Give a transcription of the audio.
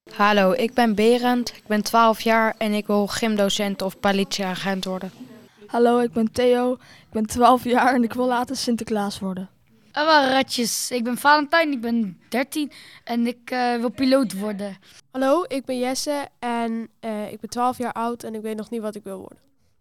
Hallo, ik ben Berend, ik ben 12 jaar en ik wil gymdocent of politieagent worden. Hallo, ik ben Theo, ik ben 12 jaar en ik wil later Sinterklaas worden. Hallo ratjes, ik ben Valentijn, ik ben 13 en ik wil piloot worden. Hallo, ik ben Jesse en ik ben 12 jaar oud en ik weet nog niet wat ik wil worden.